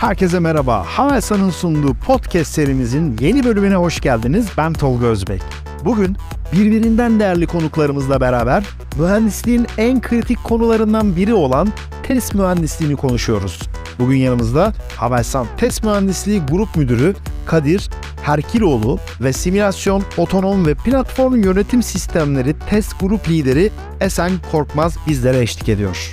Herkese merhaba. Havelsan'ın sunduğu podcast serimizin yeni bölümüne hoş geldiniz. Ben Tolga Özbek. Bugün birbirinden değerli konuklarımızla beraber mühendisliğin en kritik konularından biri olan test mühendisliğini konuşuyoruz. Bugün yanımızda Havelsan Test Mühendisliği Grup Müdürü Kadir Herkiloğlu ve Simülasyon, Otonom ve Platform Yönetim Sistemleri Test Grup Lideri Esen Korkmaz bizlere eşlik ediyor.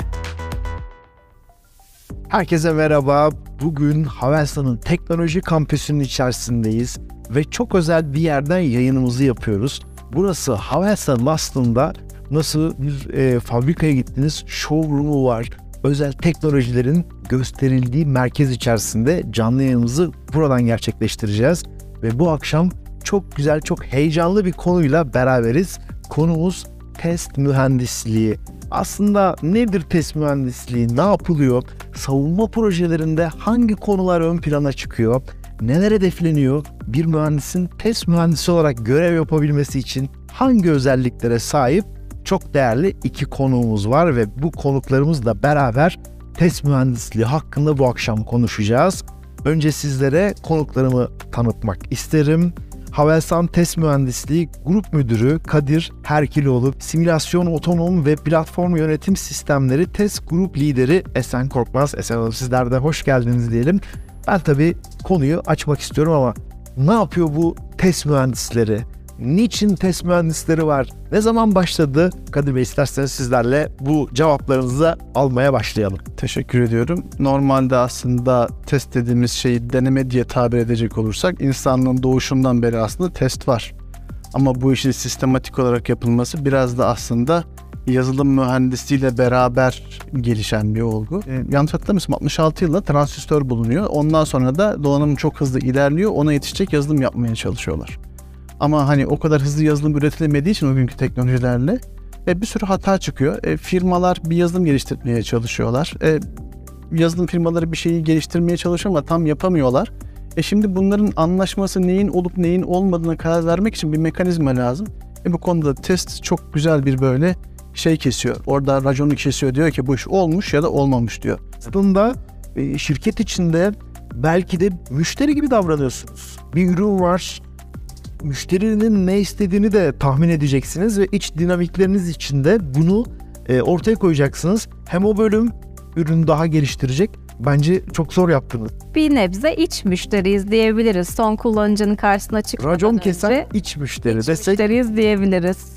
Herkese merhaba. Bugün Havelsan'ın teknoloji kampüsünün içerisindeyiz ve çok özel bir yerden yayınımızı yapıyoruz. Burası Havelsan'ın aslında nasıl bir fabrikaya gittiniz, showroom'u var. Özel teknolojilerin gösterildiği merkez içerisinde canlı yayınımızı buradan gerçekleştireceğiz. Ve bu akşam çok güzel, çok heyecanlı bir konuyla beraberiz. Konumuz test mühendisliği. Aslında nedir test mühendisliği, ne yapılıyor, savunma projelerinde hangi konular ön plana çıkıyor, neler hedefleniyor, bir mühendisin test mühendisi olarak görev yapabilmesi için hangi özelliklere sahip çok değerli iki konuğumuz var ve bu konuklarımızla beraber test mühendisliği hakkında bu akşam konuşacağız. Önce sizlere konuklarımı tanıtmak isterim. Havelsan Test Mühendisliği Grup Müdürü Kadir Herkiloğlu, Simülasyon, Otonom ve Platform Yönetim Sistemleri Test Grup Lideri Esen Korkmaz. Esen Hanım, sizler de hoş geldiniz diyelim. Ben tabii konuyu açmak istiyorum ama ne yapıyor bu test mühendisleri? Niçin test mühendisleri var? Ne zaman başladı? Kadir Bey, isterseniz sizlerle bu cevaplarınızı almaya başlayalım. Teşekkür ediyorum. Normalde aslında test dediğimiz şeyi deneme diye tabir edecek olursak insanlığın doğuşundan beri aslında test var. Ama bu işin sistematik olarak yapılması biraz da aslında yazılım mühendisliğiyle beraber gelişen bir olgu. Yanlış hatırlamıyorsam 66 yılında transistör bulunuyor. Ondan sonra da donanım çok hızlı ilerliyor. Ona yetişecek yazılım yapmaya çalışıyorlar. Ama hani o kadar hızlı yazılım üretilemediği için o günkü teknolojilerle bir sürü hata çıkıyor. Firmalar bir yazılım geliştirmeye çalışıyorlar. Yazılım firmaları bir şeyi geliştirmeye çalışıyor ama tam yapamıyorlar. Şimdi bunların anlaşması neyin olup neyin olmadığına karar vermek için bir mekanizma lazım. Bu konuda test çok güzel bir böyle şey kesiyor. Orada raconu kesiyor, diyor ki bu iş olmuş ya da olmamış diyor. Aslında şirket içinde belki de müşteri gibi davranıyorsunuz. Bir ürün var. Müşterinin ne istediğini de tahmin edeceksiniz ve iç dinamikleriniz içinde bunu ortaya koyacaksınız. Hem o bölüm ürünü daha geliştirecek. Bence çok zor yaptınız. Bir nebze iç müşteriyiz diyebiliriz. Son kullanıcının karşısına çıkmadan Racon önce kesen iç müşteri desek. Müşteriyiz diyebiliriz.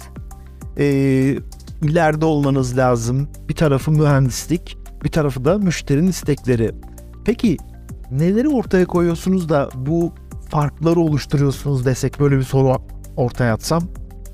İleride olmanız lazım. Bir tarafı mühendislik, bir tarafı da müşterinin istekleri. Peki neleri ortaya koyuyorsunuz da bu farkları oluşturuyorsunuz desek, böyle bir soru ortaya atsam?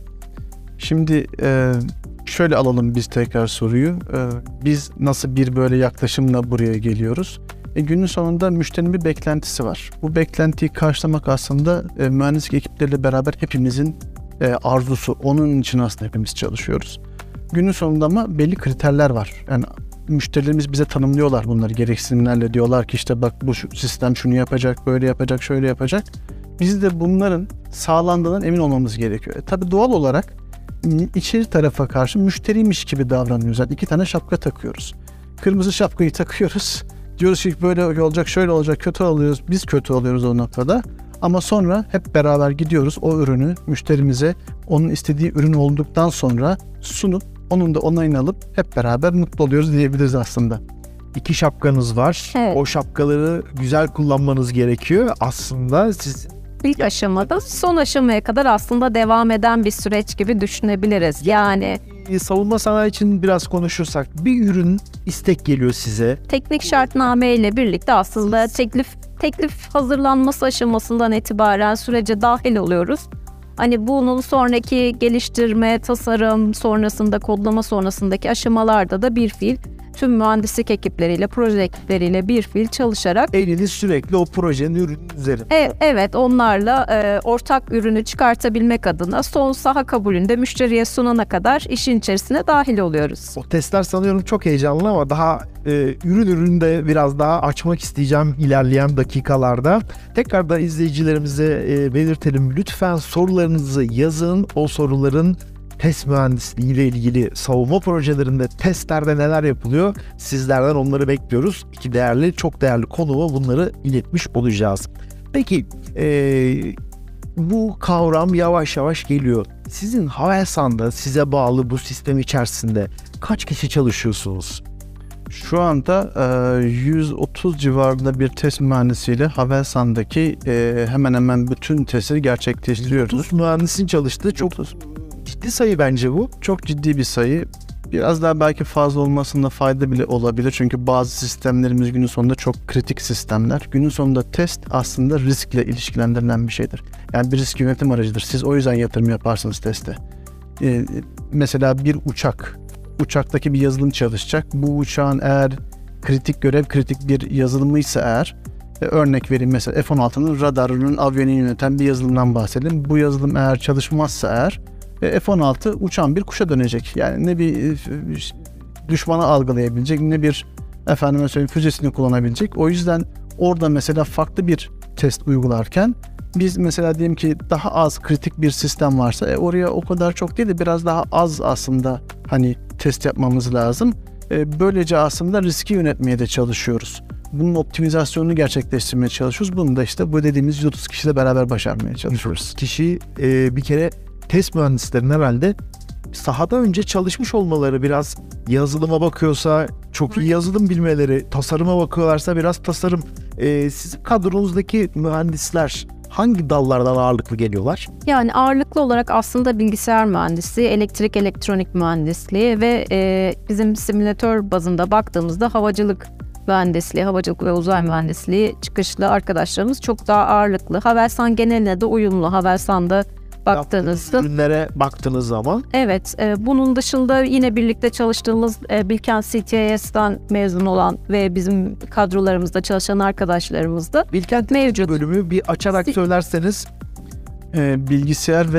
Şimdi şöyle alalım biz tekrar soruyu. Biz nasıl bir böyle yaklaşımla buraya geliyoruz? Günün sonunda müşterinin bir beklentisi var. Bu beklentiyi karşılamak aslında mühendislik ekipleriyle beraber hepimizin arzusu. Onun için aslında hepimiz çalışıyoruz. Günün sonunda ama belli kriterler var. Yani müşterilerimiz bize tanımlıyorlar bunları gereksinimlerle, diyorlar ki işte bak bu sistem şunu yapacak, böyle yapacak, şöyle yapacak. Biz de bunların sağlandığından emin olmamız gerekiyor. Tabii doğal olarak içeri tarafa karşı müşteriymiş gibi davranıyoruz. Yani iki tane şapka takıyoruz. Kırmızı şapkayı takıyoruz. Diyoruz ki böyle olacak, şöyle olacak, kötü oluyoruz. Biz kötü oluyoruz o noktada. Ama sonra hep beraber gidiyoruz o ürünü müşterimize, onun istediği ürün olduktan sonra sunup onun da onayını alıp hep beraber mutlu oluyoruz diyebiliriz aslında. İki şapkanız var. Evet. O şapkaları güzel kullanmanız gerekiyor. Aslında siz İlk aşamada son aşamaya kadar aslında devam eden bir süreç gibi düşünebiliriz. Yani savunma sanayi için biraz konuşursak, bir ürün istek geliyor size. teknik şartname ile birlikte aslında teklif hazırlanması aşamasından itibaren sürece dahil oluyoruz. Hani bunun sonraki geliştirme, tasarım sonrasında, kodlama sonrasındaki aşamalarda da bir fiil tüm mühendislik ekipleriyle, proje ekipleriyle bir fiil çalışarak Eliniz sürekli o projenin ürünün üzerinde. evet, onlarla ortak ürünü çıkartabilmek adına son saha kabulünde müşteriye sunana kadar işin içerisine dahil oluyoruz. O testler sanıyorum çok heyecanlı ama daha ürün de biraz daha açmak isteyeceğim ilerleyen dakikalarda. Tekrar da izleyicilerimize belirtelim. Lütfen sorularınızı yazın. O soruların test mühendisliği ile ilgili savunma projelerinde, testlerde neler yapılıyor? Sizlerden onları bekliyoruz. İki değerli, çok değerli konuğuma bunları iletmiş olacağız. Peki bu kavram yavaş yavaş geliyor. Sizin Havelsan'da size bağlı bu sistem içerisinde kaç kişi çalışıyorsunuz? Şu anda 130 civarında bir test mühendisiyle Havelsan'daki hemen hemen bütün testleri gerçekleştiriyoruz. 30 mühendisin çalıştığı çok ciddi sayı bence bu. Çok ciddi bir sayı. Biraz daha belki fazla olmasında fayda bile olabilir. Çünkü bazı sistemlerimiz günün sonunda çok kritik sistemler. Günün sonunda test aslında riskle ilişkilendirilen bir şeydir. Yani bir risk yönetim aracıdır. Siz o yüzden yatırım yaparsınız teste. Mesela bir uçaktaki bir yazılım çalışacak. Bu uçağın eğer kritik bir yazılımıysa eğer, örnek vereyim, mesela F-16'nın radarının avyonu yöneten bir yazılımdan bahsedelim. Bu yazılım eğer çalışmazsa eğer F-16 uçağın bir kuşa dönecek. Yani ne bir düşmanı algılayabilecek, ne bir füzesini kullanabilecek. O yüzden orada mesela farklı bir test uygularken biz mesela diyelim ki daha az kritik bir sistem varsa oraya o kadar çok değil de biraz daha az aslında test yapmamız lazım. Böylece aslında riski yönetmeye de çalışıyoruz. Bunun optimizasyonunu gerçekleştirmeye çalışıyoruz. Bunu da işte bu dediğimiz 130 kişiyle beraber başarmaya çalışıyoruz. Kişi bir kere test mühendislerinin herhalde sahada önce çalışmış olmaları, biraz yazılıma bakıyorsa çok iyi yazılım bilmeleri, tasarıma bakıyorlarsa biraz tasarım. Sizin kadronuzdaki mühendisler hangi dallardan ağırlıklı geliyorlar? Yani ağırlıklı olarak aslında bilgisayar mühendisliği, elektrik elektronik mühendisliği ve bizim simülatör bazında baktığımızda havacılık mühendisliği, havacılık ve uzay mühendisliği çıkışlı arkadaşlarımız çok daha ağırlıklı. Havelsan geneline de uyumlu. Havelsan'da baktığınızda ürünlere baktığınız zaman. Evet, bunun dışında yine birlikte çalıştığımız Bilkent CTIS'ten mezun olan ve bizim kadrolarımızda çalışan arkadaşlarımız da Bilkent mevcut. Bölümü bir açarak söylerseniz. Bilgisayar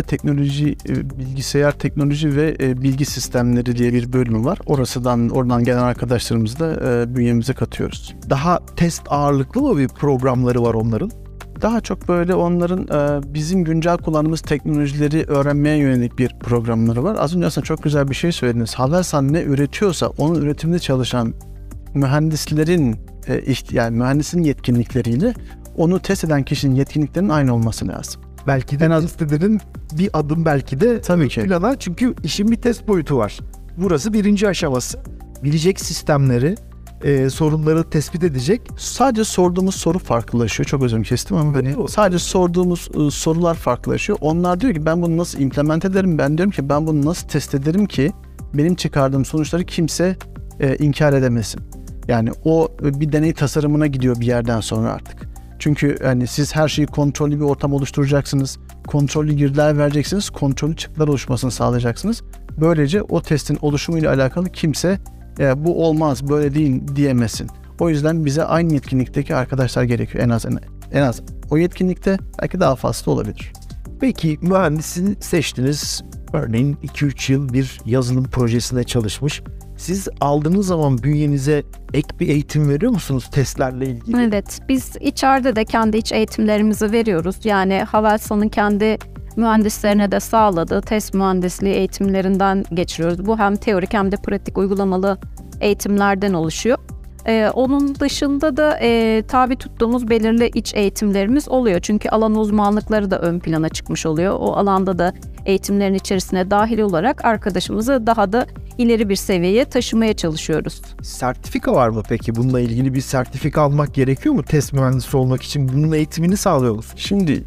teknoloji ve bilgi sistemleri diye bir bölümü var. Oradan gelen arkadaşlarımızı da bünyemize katıyoruz. Daha test ağırlıklı mı bir programları var onların? Daha çok böyle onların bizim güncel kullandığımız teknolojileri öğrenmeye yönelik bir programları var. Az önce aslında çok güzel bir şey söylediniz. Havelsan ne üretiyorsa onun üretiminde çalışan mühendislerin yani mühendisin yetkinlikleriyle onu test eden kişinin yetkinliklerinin aynı olması lazım. Belki de en az testlerin bir adım belki de tabii ki plana, çünkü işin bir test boyutu var. Burası birinci aşaması. Bilecek sistemleri, sorunları tespit edecek. Sadece sorduğumuz soru farklılaşıyor. Çok özür kestim ama sadece sorduğumuz sorular farklılaşıyor. Onlar diyor ki ben bunu nasıl implement ederim? Ben diyorum ki ben bunu nasıl test ederim ki benim çıkardığım sonuçları kimse inkar edemesin. Yani o bir deney tasarımına gidiyor bir yerden sonra artık. Çünkü siz her şeyi kontrollü bir ortam oluşturacaksınız. Kontrollü girdiler vereceksiniz. Kontrollü çıktılar oluşmasını sağlayacaksınız. Böylece o testin oluşumuyla alakalı kimse bu olmaz, böyle değil diyemesin. O yüzden bize aynı yetkinlikteki arkadaşlar gerekiyor en az. O yetkinlikte belki daha fazla olabilir. Peki mühendisini seçtiniz. Örneğin 2-3 yıl bir yazılım projesinde çalışmış. Siz aldığınız zaman bünyenize ek bir eğitim veriyor musunuz testlerle ilgili? Evet, biz içeride de kendi iç eğitimlerimizi veriyoruz. Yani Havelsan'ın kendi mühendislerine de sağladığı test mühendisliği eğitimlerinden geçiriyoruz. Bu hem teorik hem de pratik uygulamalı eğitimlerden oluşuyor. Onun dışında da tabi tuttuğumuz belirli iç eğitimlerimiz oluyor. Çünkü alan uzmanlıkları da ön plana çıkmış oluyor. O alanda da eğitimlerin içerisine dahil olarak arkadaşımızı daha da ileri bir seviyeye taşımaya çalışıyoruz. Sertifika var mı peki? Bununla ilgili bir sertifika almak gerekiyor mu test mühendisi olmak için? Bunun eğitimini sağlıyor musunuz? Şimdi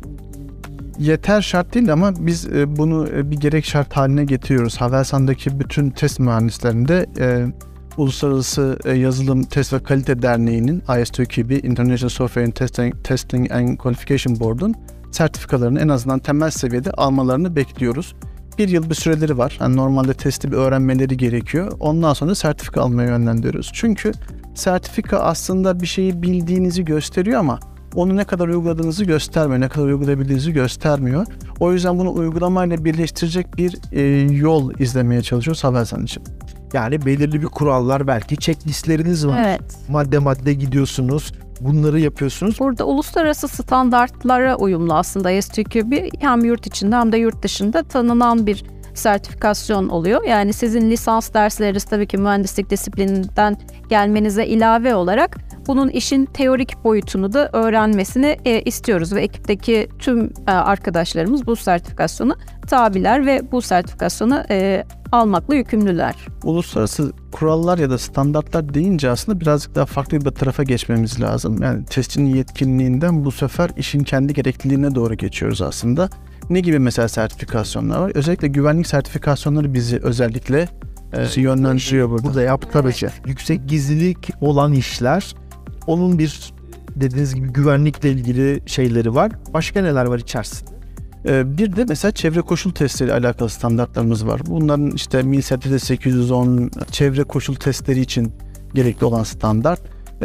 yeter şart değil ama biz bunu bir gerek şart haline getiriyoruz. Havelsan'daki bütün test mühendislerinde Uluslararası Yazılım Test ve Kalite Derneği'nin ISTQB, International Software Testing and Qualification Board'un sertifikalarını en azından temel seviyede almalarını bekliyoruz. Bir yıl bir süreleri var. Normalde testi bir öğrenmeleri gerekiyor. Ondan sonra sertifika almaya yönlendiriyoruz. Çünkü sertifika aslında bir şeyi bildiğinizi gösteriyor ama onu ne kadar uyguladığınızı göstermiyor, ne kadar uygulayabildiğinizi göstermiyor. O yüzden bunu uygulamayla birleştirecek bir yol izlemeye çalışıyoruz Havelsan için. Yani belirli bir kurallar, belki checklistleriniz var. Evet. Madde madde gidiyorsunuz, bunları yapıyorsunuz. Burada uluslararası standartlara uyumlu aslında ISTQB hem yurt içinde hem de yurt dışında tanınan bir sertifikasyon oluyor. Yani sizin lisans dersleriniz tabii ki mühendislik disiplininden gelmenize ilave olarak bunun işin teorik boyutunu da öğrenmesini istiyoruz ve ekipteki tüm arkadaşlarımız bu sertifikasyona tabiler ve bu sertifikasyonu almakla yükümlüler. Uluslararası kurallar ya da standartlar deyince aslında birazcık daha farklı bir tarafa geçmemiz lazım. Yani testçinin yetkinliğinden bu sefer işin kendi gerekliliğine doğru geçiyoruz aslında. Ne gibi mesela sertifikasyonlar var? Özellikle güvenlik sertifikasyonları bizi özellikle yönlendiriyor burada. Burada tabii ki. Yüksek gizlilik olan işler, onun bir dediğiniz gibi güvenlikle ilgili şeyleri var. Başka neler var içerisinde? Bir de mesela çevre koşul testleri alakalı standartlarımız var. Bunların işte MIL-SERTİFIKATE 810 çevre koşul testleri için gerekli olan standart.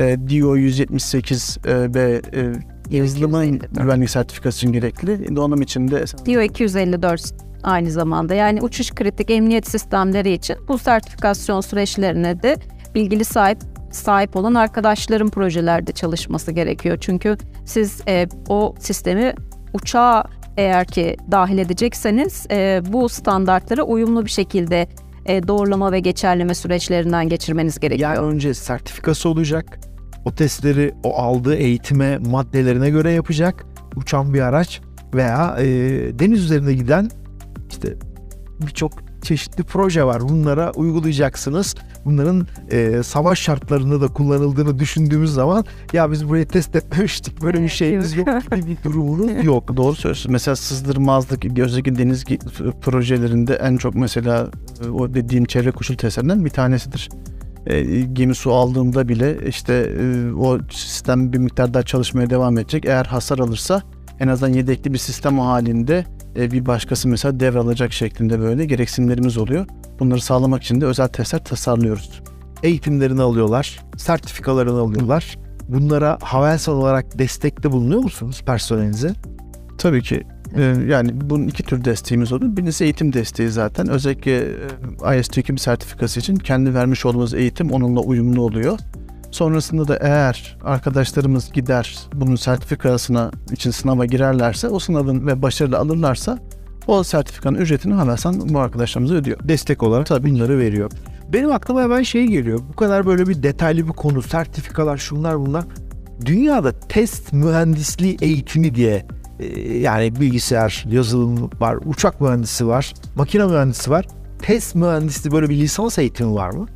DO 178 ve yazılımın güvenlik sertifikası için gerekli. Donanım için de DO 254 aynı zamanda. Yani uçuş kritik emniyet sistemleri için bu sertifikasyon süreçlerine de bilgili sahip olan arkadaşların projelerde çalışması gerekiyor. Çünkü siz o sistemi uçağa eğer ki dahil edecekseniz bu standartlara uyumlu bir şekilde doğrulama ve geçerleme süreçlerinden geçirmeniz gerekiyor. Yani önce sertifikası olacak. O testleri o aldığı eğitime maddelerine göre yapacak. Uçan bir araç veya deniz üzerinde giden işte birçok çeşitli proje var. Bunlara uygulayacaksınız. Bunların savaş şartlarında da kullanıldığını düşündüğümüz zaman ya biz burayı test etmemiştik. Böyle bir şeyimiz yok gibi bir durumunuz yok. Doğru söylüyorsun. Mesela sızdırmazlık, özellikle deniz projelerinde en çok mesela o dediğim çevre koşul testlerinden bir tanesidir. Gemi su aldığında bile işte o sistem bir miktar daha çalışmaya devam edecek. Eğer hasar alırsa en azından yedekli bir sistem halinde bir başkası mesela devralacak şeklinde böyle gereksinimlerimiz oluyor. Bunları sağlamak için de özel testler tasarlıyoruz. Eğitimlerini alıyorlar, sertifikalarını alıyorlar. Bunlara Havelsan olarak destekte bulunuyor musunuz personelinize? Tabii ki. Yani bunun iki tür desteğimiz oluyor. Birincisi eğitim desteği zaten. Özellikle IS-2 sertifikası için kendi vermiş olduğumuz eğitim onunla uyumlu oluyor. Sonrasında da eğer arkadaşlarımız gider bunun sertifikasına için sınava girerlerse o sınavın ve başarılı alırlarsa o sertifikanın ücretini Havelsan bu arkadaşlarımıza ödüyor. Destek olarak tabii bunları veriyor. Benim aklıma hemen şey geliyor. Bu kadar böyle bir detaylı bir konu, sertifikalar, şunlar bunlar. Dünyada test mühendisliği eğitimi diye yani bilgisayar, yazılım var, uçak mühendisi var, makine mühendisi var. Test mühendisliği böyle bir lisans eğitimi var mı?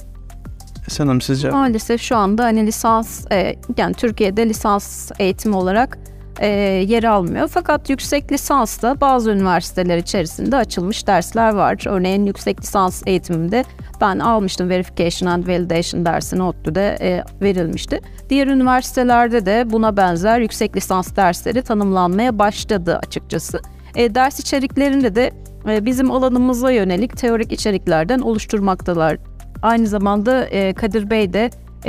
Sanırım sizce? Maalesef şu anda hani lisans yani Türkiye'de lisans eğitimi olarak yer almıyor. Fakat yüksek lisansta bazı üniversiteler içerisinde açılmış dersler var. Örneğin yüksek lisans eğitiminde ben almıştım Verification and Validation dersini ODTÜ'de verilmişti. Diğer üniversitelerde de buna benzer yüksek lisans dersleri tanımlanmaya başladı açıkçası. Ders içeriklerinde de bizim alanımıza yönelik teorik içeriklerden oluşturmaktalar. Aynı zamanda Kadir Bey de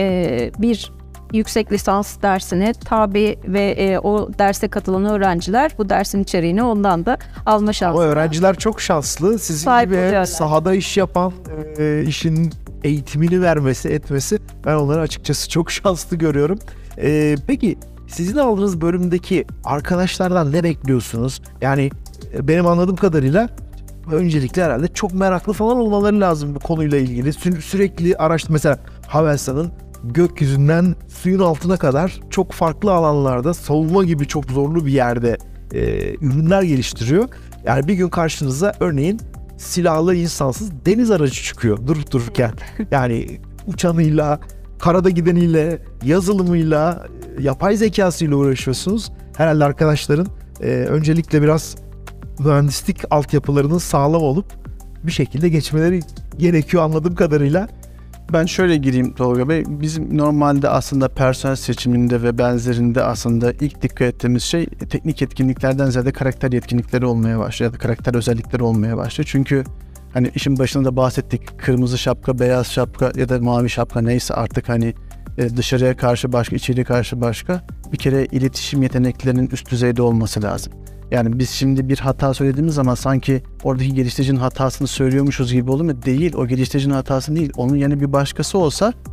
bir yüksek lisans dersine tabi ve o derse katılan öğrenciler bu dersin içeriğini ondan da alma şansı. O öğrenciler çok şanslı. Sizin gibi sahada iş yapan, işin eğitimini vermesi, etmesi ben onları açıkçası çok şanslı görüyorum. Peki sizin aldığınız bölümdeki arkadaşlardan ne bekliyorsunuz? Yani benim anladığım kadarıyla öncelikle herhalde çok meraklı falan olmaları lazım bu konuyla ilgili. Sürekli araştırma, mesela Havelsan'ın gökyüzünden suyun altına kadar çok farklı alanlarda savunma gibi çok zorlu bir yerde ürünler geliştiriyor. Yani bir gün karşınıza örneğin silahlı insansız deniz aracı çıkıyor durup dururken. Yani uçanıyla, karada gideniyle, yazılımıyla, yapay zekasıyla uğraşıyorsunuz. Herhalde arkadaşların öncelikle biraz mühendislik altyapılarının sağlam olup bir şekilde geçmeleri gerekiyor anladığım kadarıyla. Ben şöyle gireyim Tolga Bey. Bizim normalde aslında personel seçiminde ve benzerinde aslında ilk dikkat ettiğimiz şey teknik yetkinliklerden ziyade karakter yetkinlikleri olmaya başlıyor ya da karakter özellikleri olmaya başlıyor. Çünkü hani işin başında da bahsettik. Kırmızı şapka, beyaz şapka ya da mavi şapka neyse artık hani dışarıya karşı başka, içeriye karşı başka. Bir kere iletişim yeteneklerinin üst düzeyde olması lazım. Yani biz şimdi bir hata söylediğimiz zaman sanki oradaki geliştiricinin hatasını söylüyormuşuz gibi olur mu? Değil. O geliştiricinin hatası değil. Onun yerine bir başkası olsa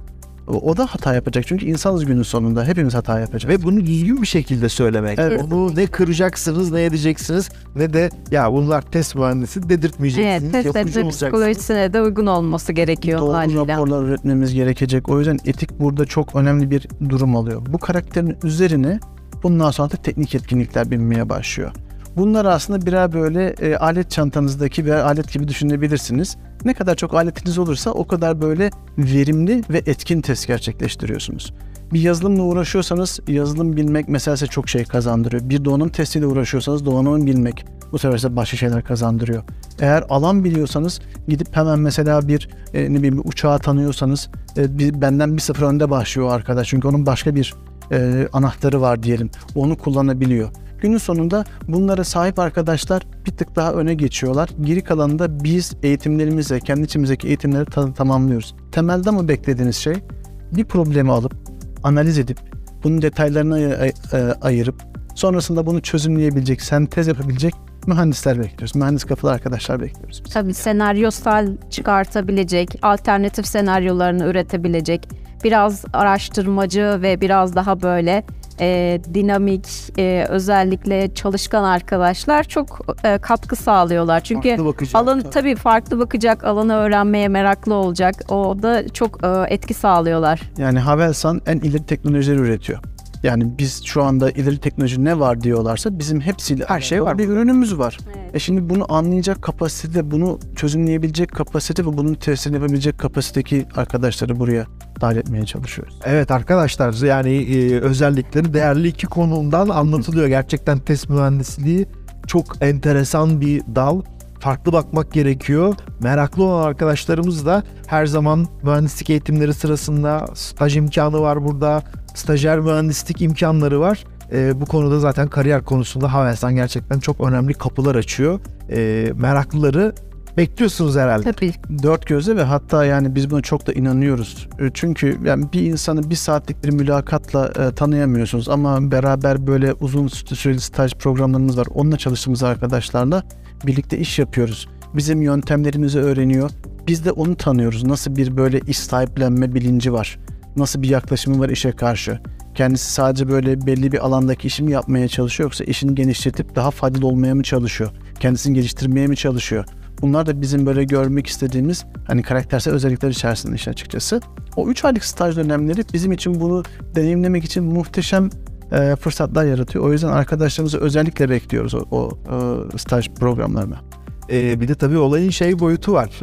O da hata yapacak çünkü insanız günün sonunda. Hepimiz hata yapacağız. Ve bunu düzgün bir şekilde söylemek. Evet. Onu ne kıracaksınız, ne edeceksiniz, ne de ya bunlar test mühendisi dedirtmeyeceksiniz. Evet, test yapıcı etme olacaksınız. psikolojisine de uygun olması gerekiyor Doğru haliyle. raporlar üretmemiz gerekecek. O yüzden etik burada çok önemli bir durum alıyor. Bu karakterin üzerine bundan sonra da teknik etkinlikler binmeye başlıyor. Bunlar aslında birer böyle alet çantanızdaki birer alet gibi düşünebilirsiniz. Ne kadar çok aletiniz olursa o kadar böyle verimli ve etkin test gerçekleştiriyorsunuz. Bir yazılımla uğraşıyorsanız yazılım bilmek mesela size çok şey kazandırıyor. Bir donanım testiyle uğraşıyorsanız donanım bilmek bu sefer size başka şeyler kazandırıyor. Eğer alan biliyorsanız gidip hemen mesela bir bir uçağı tanıyorsanız benden bir sıfır önde başlıyor o arkadaş. Çünkü onun başka bir anahtarı var diyelim. Onu kullanabiliyor. Günün sonunda bunlara sahip arkadaşlar bir tık daha öne geçiyorlar. Geri kalanında biz eğitimlerimizle, kendi içimizdeki eğitimleri tamamlıyoruz. Temelde mi beklediğiniz şey? Bir problemi alıp, analiz edip, bunun detaylarını ayırıp, sonrasında bunu çözümleyebilecek, sentez yapabilecek mühendisler bekliyoruz. Mühendis kafalı arkadaşlar bekliyoruz. Tabii senaryosal çıkartabilecek, alternatif senaryolarını üretebilecek, biraz araştırmacı ve biraz daha böyle dinamik, özellikle çalışkan arkadaşlar çok katkı sağlıyorlar. Çünkü Farklı bakacak. alanı tabii farklı bakacak, alanı öğrenmeye meraklı olacak. O da çok etki sağlıyorlar. Yani Havelsan en ileri teknolojileri üretiyor. Yani biz şu anda ileri teknoloji ne var diyorlarsa bizim hepsiyle Her şey var. bir ürünümüz var. Evet. Şimdi bunu anlayacak kapasite, bunu çözümleyebilecek kapasite ve bunun testini yapabilecek kapasitedeki arkadaşları buraya dahil etmeye çalışıyoruz. Evet arkadaşlar, yani özellikleri değerli iki konudan anlatılıyor. Gerçekten test mühendisliği çok enteresan bir dal. Farklı bakmak gerekiyor. Meraklı olan arkadaşlarımız da her zaman mühendislik eğitimleri sırasında staj imkanı var burada. Stajyer mühendislik imkanları var. Bu konuda zaten kariyer konusunda Havelsan gerçekten çok önemli kapılar açıyor. Meraklıları bekliyorsunuz herhalde. Tabii. Dört gözle ve hatta yani biz buna çok da inanıyoruz. Çünkü yani bir insanı bir saatlik bir mülakatla tanıyamıyorsunuz ama beraber böyle uzun süreli staj programlarımız var. Onunla çalıştığımız arkadaşlarla birlikte iş yapıyoruz. Bizim yöntemlerimizi öğreniyor. Biz de onu tanıyoruz. Nasıl bir böyle iş sahiplenme bilinci var. Nasıl bir yaklaşımı var işe karşı. Kendisi sadece böyle belli bir alandaki işi mi yapmaya çalışıyor yoksa işini genişletip daha faydalı olmaya mı çalışıyor? Kendisini geliştirmeye mi çalışıyor? Bunlar da bizim böyle görmek istediğimiz hani karaktersel özellikler içerisinde işin açıkçası. O 3 aylık staj dönemleri bizim için bunu deneyimlemek için muhteşem fırsatlar yaratıyor. O yüzden arkadaşlarımızı özellikle bekliyoruz o staj programlarına. Bir de tabii olayın şey boyutu var.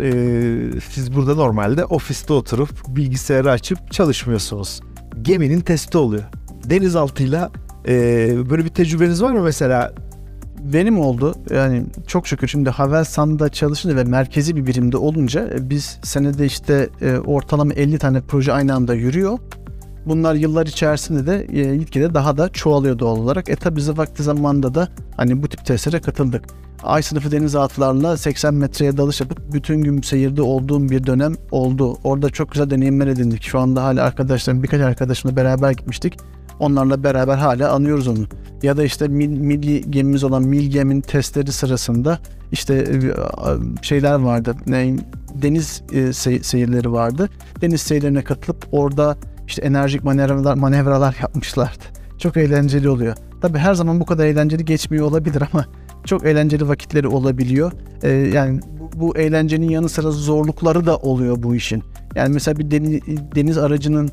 Siz burada normalde ofiste oturup bilgisayarı açıp çalışmıyorsunuz. Geminin testi oluyor. Denizaltıyla böyle bir tecrübeniz var mı mesela? Benim oldu. Yani çok şükür şimdi Havelsan'da çalışınca ve merkezi bir birimde olunca biz senede işte ortalama 50 tane proje aynı anda yürüyor. Bunlar yıllar içerisinde de gitgide daha da çoğalıyor doğal olarak. Tabi bize vakti zamanında da hani bu tip testlere katıldık. Ay sınıfı denizaltılarla 80 metreye dalış yapıp bütün gün seyirde olduğum bir dönem oldu. Orada çok güzel deneyimler edindik. Şu anda hala birkaç arkadaşımla beraber gitmiştik. Onlarla beraber hala anıyoruz onu. Ya da işte milli gemimiz olan Milgem'in testleri sırasında işte şeyler vardı. Deniz seyirleri vardı. Deniz seyirlerine katılıp orada işte enerjik manevralar yapmışlardı. Çok eğlenceli oluyor. Tabii her zaman bu kadar eğlenceli geçmiyor olabilir ama çok eğlenceli vakitleri olabiliyor. Yani bu eğlencenin yanı sıra zorlukları da oluyor bu işin. Yani mesela bir deniz aracının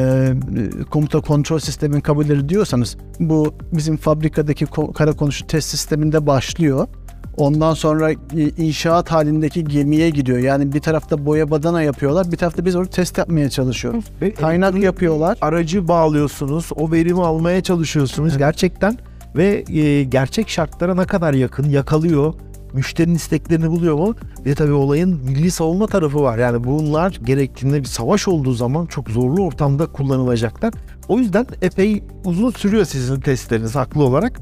komuta kontrol sistemin kabulleri diyorsanız bu bizim fabrikadaki kara konuşu test sisteminde başlıyor. Ondan sonra inşaat halindeki gemiye gidiyor. Yani bir tarafta boya badana yapıyorlar, bir tarafta biz orada test yapmaya çalışıyoruz. Kaynak yapıyorlar. Aracı bağlıyorsunuz, o verimi almaya çalışıyorsunuz gerçekten ve gerçek şartlara ne kadar yakın yakalıyor, müşterinin isteklerini buluyor mu? Ve tabii olayın milli savunma tarafı var. Yani bunlar gerektiğinde bir savaş olduğu zaman çok zorlu ortamda kullanılacaklar. O yüzden epey uzun sürüyor sizin testleriniz haklı olarak.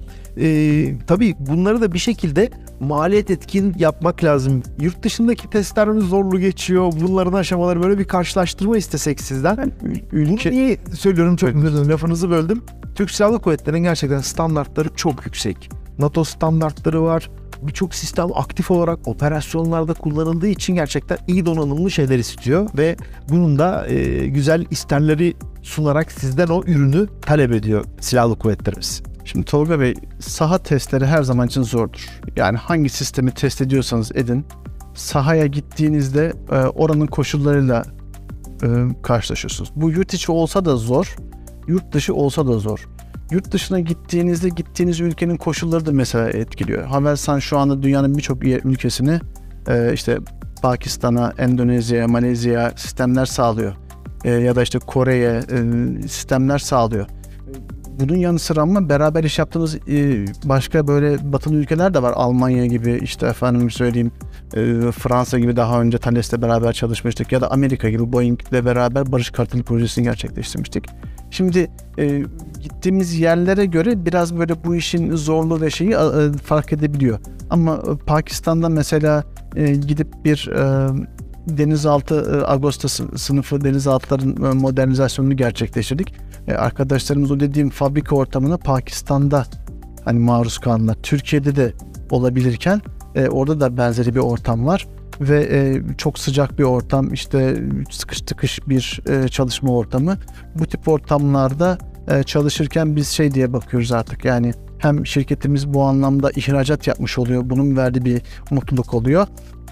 Tabii bunları da bir şekilde maliyet etkin yapmak lazım. Yurt dışındaki testler mi zorlu geçiyor? Bunların aşamaları böyle bir karşılaştırma istesek sizden. Bunu niye söylüyorum, çok özür dilerim, lafınızı böldüm. Türk Silahlı Kuvvetleri'nin gerçekten standartları çok yüksek. NATO standartları var. birçok sistem aktif olarak operasyonlarda kullanıldığı için gerçekten iyi donanımlı şeyler istiyor ve bunun da güzel isterleri sunarak sizden o ürünü talep ediyor silahlı kuvvetlerimiz. Şimdi Tolga Bey, saha testleri her zaman için zordur. Yani hangi sistemi test ediyorsanız edin, sahaya gittiğinizde oranın koşullarıyla karşılaşıyorsunuz. Bu yurt içi olsa da zor, yurt dışı olsa da zor. Yurt dışına gittiğinizde gittiğiniz ülkenin koşulları da mesela etkiliyor. Havelsan şu anda dünyanın birçok ülkesini işte Pakistan'a, Endonezya'ya, Malezya'ya sistemler sağlıyor. Ya da işte Kore'ye sistemler sağlıyor. Bunun yanı sıra ama beraber iş yaptığımız başka böyle batılı ülkeler de var. Almanya gibi, işte efendim söyleyeyim, Fransa gibi daha önce Thales'le beraber çalışmıştık. Ya da Amerika gibi Boeing'le beraber Barış Kartalı projesini gerçekleştirmiştik. Şimdi gittiğimiz yerlere göre biraz böyle bu işin zorluğu ve şeyi fark edebiliyor. Ama Pakistan'da mesela gidip bir denizaltı Ağustos sınıfı denizaltıların modernizasyonunu gerçekleştirdik. Arkadaşlarımız o dediğim fabrika ortamına Pakistan'da hani maruz kaldılar. Türkiye'de de olabilirken orada da benzeri bir ortam var ve çok sıcak bir ortam, işte sıkış tıkış bir çalışma ortamı. Bu tip ortamlarda çalışırken biz şey diye bakıyoruz artık, yani hem şirketimiz bu anlamda ihracat yapmış oluyor, bunun verdiği bir mutluluk oluyor,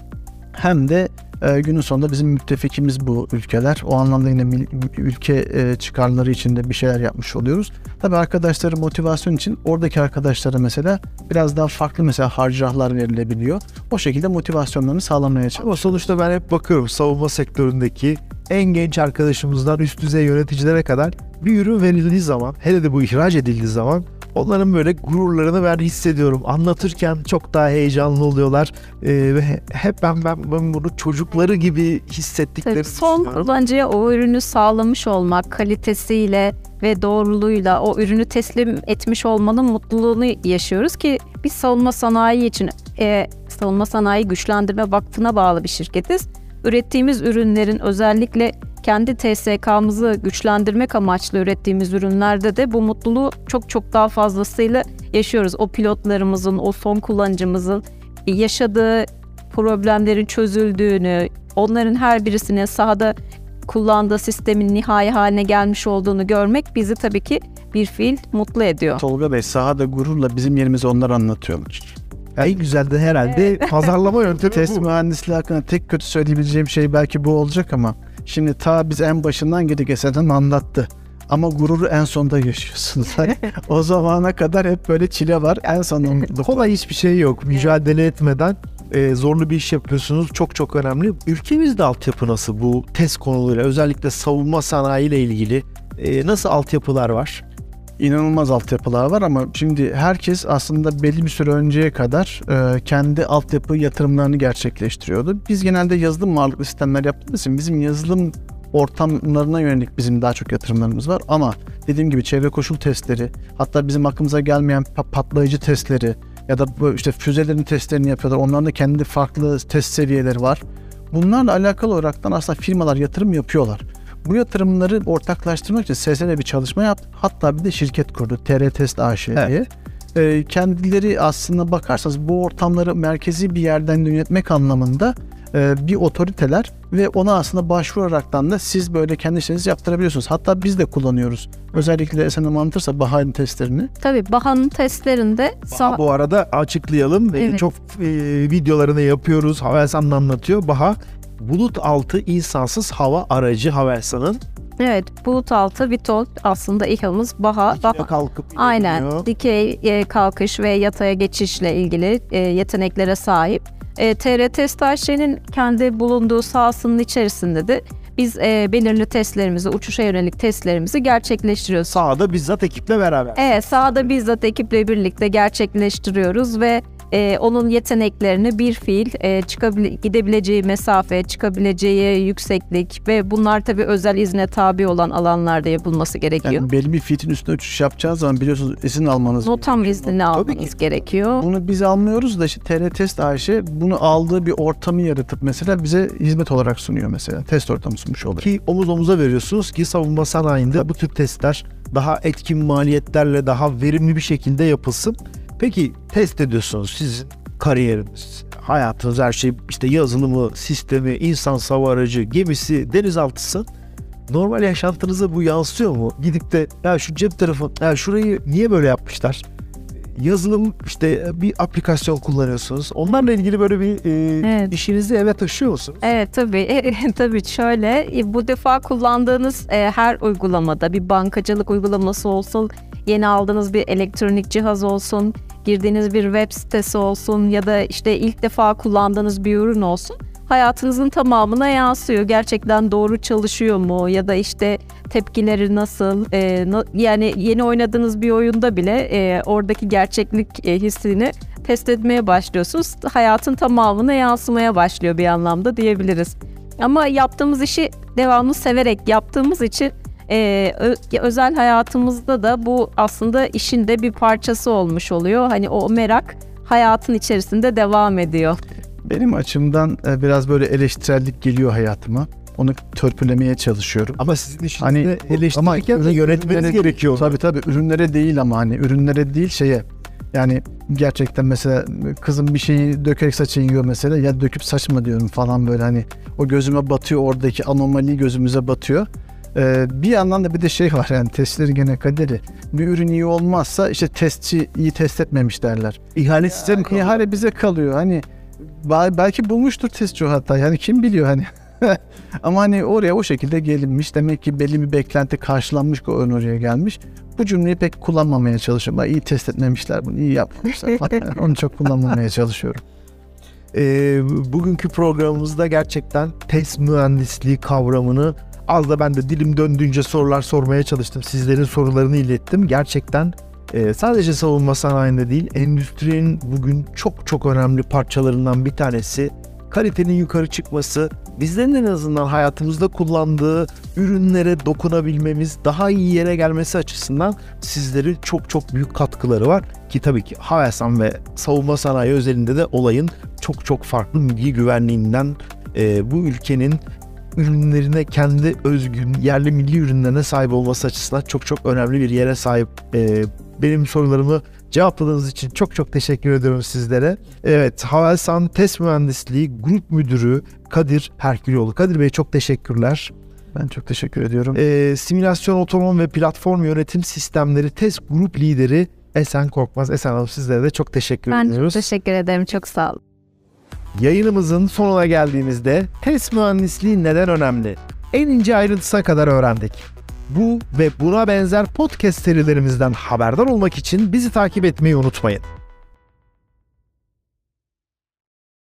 hem de günün sonunda bizim müttefikimiz bu ülkeler. O anlamda yine ülke çıkarları için de bir şeyler yapmış oluyoruz. Tabii arkadaşların motivasyon için oradaki arkadaşlara mesela biraz daha farklı mesela harcahlar verilebiliyor. O şekilde motivasyonlarını sağlamaya çalışıyoruz. Ama sonuçta ben hep bakıyorum savunma sektöründeki en genç arkadaşımızdan üst düzey yöneticilere kadar bir ürün verildiği zaman, hele de bu ihraç edildiği zaman onların böyle gururlarını ben hissediyorum. Anlatırken çok daha heyecanlı oluyorlar ve hep ben bunu çocukları gibi hissettiklerini son kullanıcıya o ürünü sağlamış olmak, kalitesiyle ve doğruluğuyla o ürünü teslim etmiş olmanın mutluluğunu yaşıyoruz ki biz savunma sanayi için Savunma Sanayi Güçlendirme Vakfı'na bağlı bir şirketiz. Ürettiğimiz ürünlerin özellikle kendi TSK'mızı güçlendirmek amaçlı ürettiğimiz ürünlerde de bu mutluluğu çok daha fazlasıyla yaşıyoruz. O pilotlarımızın, o son kullanıcımızın yaşadığı problemlerin çözüldüğünü, onların her birisinin sahada kullandığı sistemin nihai haline gelmiş olduğunu görmek bizi tabii ki bir fiil mutlu ediyor. Tolga Bey, sahada gururla bizim yerimizi onlar anlatıyorlar. en güzel de herhalde pazarlama yöntemi Test bu. mühendisliği hakkında tek kötü söyleyebileceğim şey belki bu olacak ama şimdi biz en başından GDGS'den anlattı. Ama gururu en sonda yaşıyorsunuz. O zamana kadar hep böyle çile var. En sonunda Kolay hiçbir şey yok. Mücadele etmeden zorlu bir iş yapıyorsunuz. Çok önemli. Ülkemizde altyapı nasıl bu test konularıyla, özellikle savunma sanayi ile ilgili nasıl altyapılar var? İnanılmaz altyapılar var ama şimdi herkes aslında belli bir süre önceye kadar kendi altyapı yatırımlarını gerçekleştiriyordu. Biz genelde yazılım ağırlıklı sistemler yaptığımız için bizim yazılım ortamlarına yönelik bizim daha çok yatırımlarımız var ama dediğim gibi çevre koşul testleri, hatta bizim aklımıza gelmeyen patlayıcı testleri ya da işte füzelerin testlerini yapıyorlar. Onların da kendi farklı test seviyeleri var. Bunlarla alakalı olaraktan aslında firmalar yatırım yapıyorlar. Bu yatırımları ortaklaştırmak için SSD bir çalışma yaptı. Hatta bir de şirket kurdu. TR Test AŞ diye. Evet. Kendileri aslında bakarsanız bu ortamları merkezi bir yerden yönetmek anlamında bir otoriteler ve ona aslında başvuraraktan da siz böyle kendi işlerinizi yaptırabiliyorsunuz. Hatta biz de kullanıyoruz. Özellikle SNM anlatırsa BAHA'nın testlerini. Tabii BAHA'nın testlerinde... Bu arada açıklayalım. Evet. Çok videolarını yapıyoruz. Havelsan anlatıyor. BAHA, bulut altı insansız hava aracı Havelsan'ın. Evet, bulut altı VTOL aslında İHA'mız BAHA. Kalkıp Aynen, iniyor. dikey kalkış ve yataya geçişle ilgili yeteneklere sahip. TR Test AŞ'nin kendi bulunduğu sahasının içerisinde de biz belirli testlerimizi, uçuşa yönelik testlerimizi gerçekleştiriyoruz. Sahada bizzat ekiple beraber. Evet, sahada bizzat ekiple birlikte gerçekleştiriyoruz ve onun yeteneklerini bir fiil gidebileceği mesafe, çıkabileceği yükseklik ve bunlar tabii özel izne tabi olan alanlarda yapılması gerekiyor. Yani belli bir fiitin üstüne uçuş yapacağınız zaman biliyorsunuz izin almanız Notam iznini almanız gerekiyor. Bunu biz almıyoruz da işte TR Test AŞ bunu aldığı bir ortamı yaratıp mesela bize hizmet olarak sunuyor mesela. Test ortamı sunmuş oluyor. Ki omuz omuza veriyorsunuz ki savunma sanayinde bu tür testler daha etkin maliyetlerle daha verimli bir şekilde yapılsın. Peki test ediyorsunuz, sizin kariyeriniz, hayatınız, her şey işte yazılımı, sistemi, insan hava aracı, gemisi, denizaltısı. Normal yaşantınıza bu yansıyor mu? Gidip de ya şu cep telefonu, ya şurayı niye böyle yapmışlar? Yazılım işte bir aplikasyon kullanıyorsunuz. Onlarla ilgili böyle bir Evet. işinizi eve taşıyor musunuz? Evet tabii. Tabii şöyle bu defa kullandığınız her uygulamada bir bankacılık uygulaması olsun, yeni aldığınız bir elektronik cihaz olsun, girdiğiniz bir web sitesi olsun ya da işte ilk defa kullandığınız bir ürün olsun, hayatınızın tamamına yansıyor. Gerçekten doğru çalışıyor mu ya da işte tepkileri nasıl? Yani yeni oynadığınız bir oyunda bile oradaki gerçeklik hissini test etmeye başlıyorsunuz. Hayatın tamamına yansımaya başlıyor bir anlamda diyebiliriz. Ama yaptığımız işi devamlı severek yaptığımız için özel hayatımızda da bu aslında işin de bir parçası olmuş oluyor. Hani o merak hayatın içerisinde devam ediyor. Benim açımdan biraz böyle eleştirellik geliyor hayatıma. Onu törpülemeye çalışıyorum. Ama sizin işinizde Hani eleştirirken de yönetmeniz gerekiyor. Tabii ürünlere değil ama hani ürünlere değil şeye. Yani gerçekten mesela kızım bir şeyi dökerek saçı yiyor mesela, ya döküp saçma diyorum falan, böyle hani o gözüme batıyor, oradaki anomali gözümüze batıyor. Bir yandan da bir de şey var, yani testlerin gene kaderi. Bir ürün iyi olmazsa işte testçi iyi test etmemiş derler. İhale sistemi kalıyor. İhale bize kalıyor. Hani belki bulmuştur testçi o hata. Yani kim biliyor hani. Ama hani oraya o şekilde gelinmiş. Demek ki belli bir beklenti karşılanmış ki oraya gelmiş. Bu cümleyi pek kullanmamaya çalışıyorum. İyi test etmemişler bunu, iyi yapmışlar. Onu çok kullanmamaya çalışıyorum. Bugünkü programımızda gerçekten test mühendisliği kavramını az da ben de dilim döndüğünce sorular sormaya çalıştım. Sizlerin sorularını ilettim. Gerçekten sadece savunma sanayinde değil, endüstrinin bugün çok çok önemli parçalarından bir tanesi. Kalitenin yukarı çıkması, bizlerin en azından hayatımızda kullandığı ürünlere dokunabilmemiz, daha iyi yere gelmesi açısından sizlerin çok çok büyük katkıları var. Ki tabii ki Havelsan ve savunma sanayi özelinde de olayın çok çok farklı milli güvenliğinden bu ülkenin ürünlerine kendi özgün yerli milli ürünlerine sahip olması açısından çok çok önemli bir yere sahip. Benim sorularımı cevapladığınız için çok çok teşekkür ediyorum sizlere. Evet, Havelsan Test Mühendisliği Grup Müdürü Kadir Herkülioğlu. Kadir Bey çok teşekkürler. Ben çok teşekkür ediyorum. Simülasyon, otonom ve platform yönetim sistemleri test grup lideri Esen Korkmaz. Esen Hanım, sizlere de çok teşekkür ediyoruz. Ben çok teşekkür ederim. Çok sağ olun. Yayınımızın sonuna geldiğimizde test mühendisliği neden önemli? En ince ayrıntısına kadar öğrendik. Bu ve buna benzer podcast serilerimizden haberdar olmak için bizi takip etmeyi unutmayın.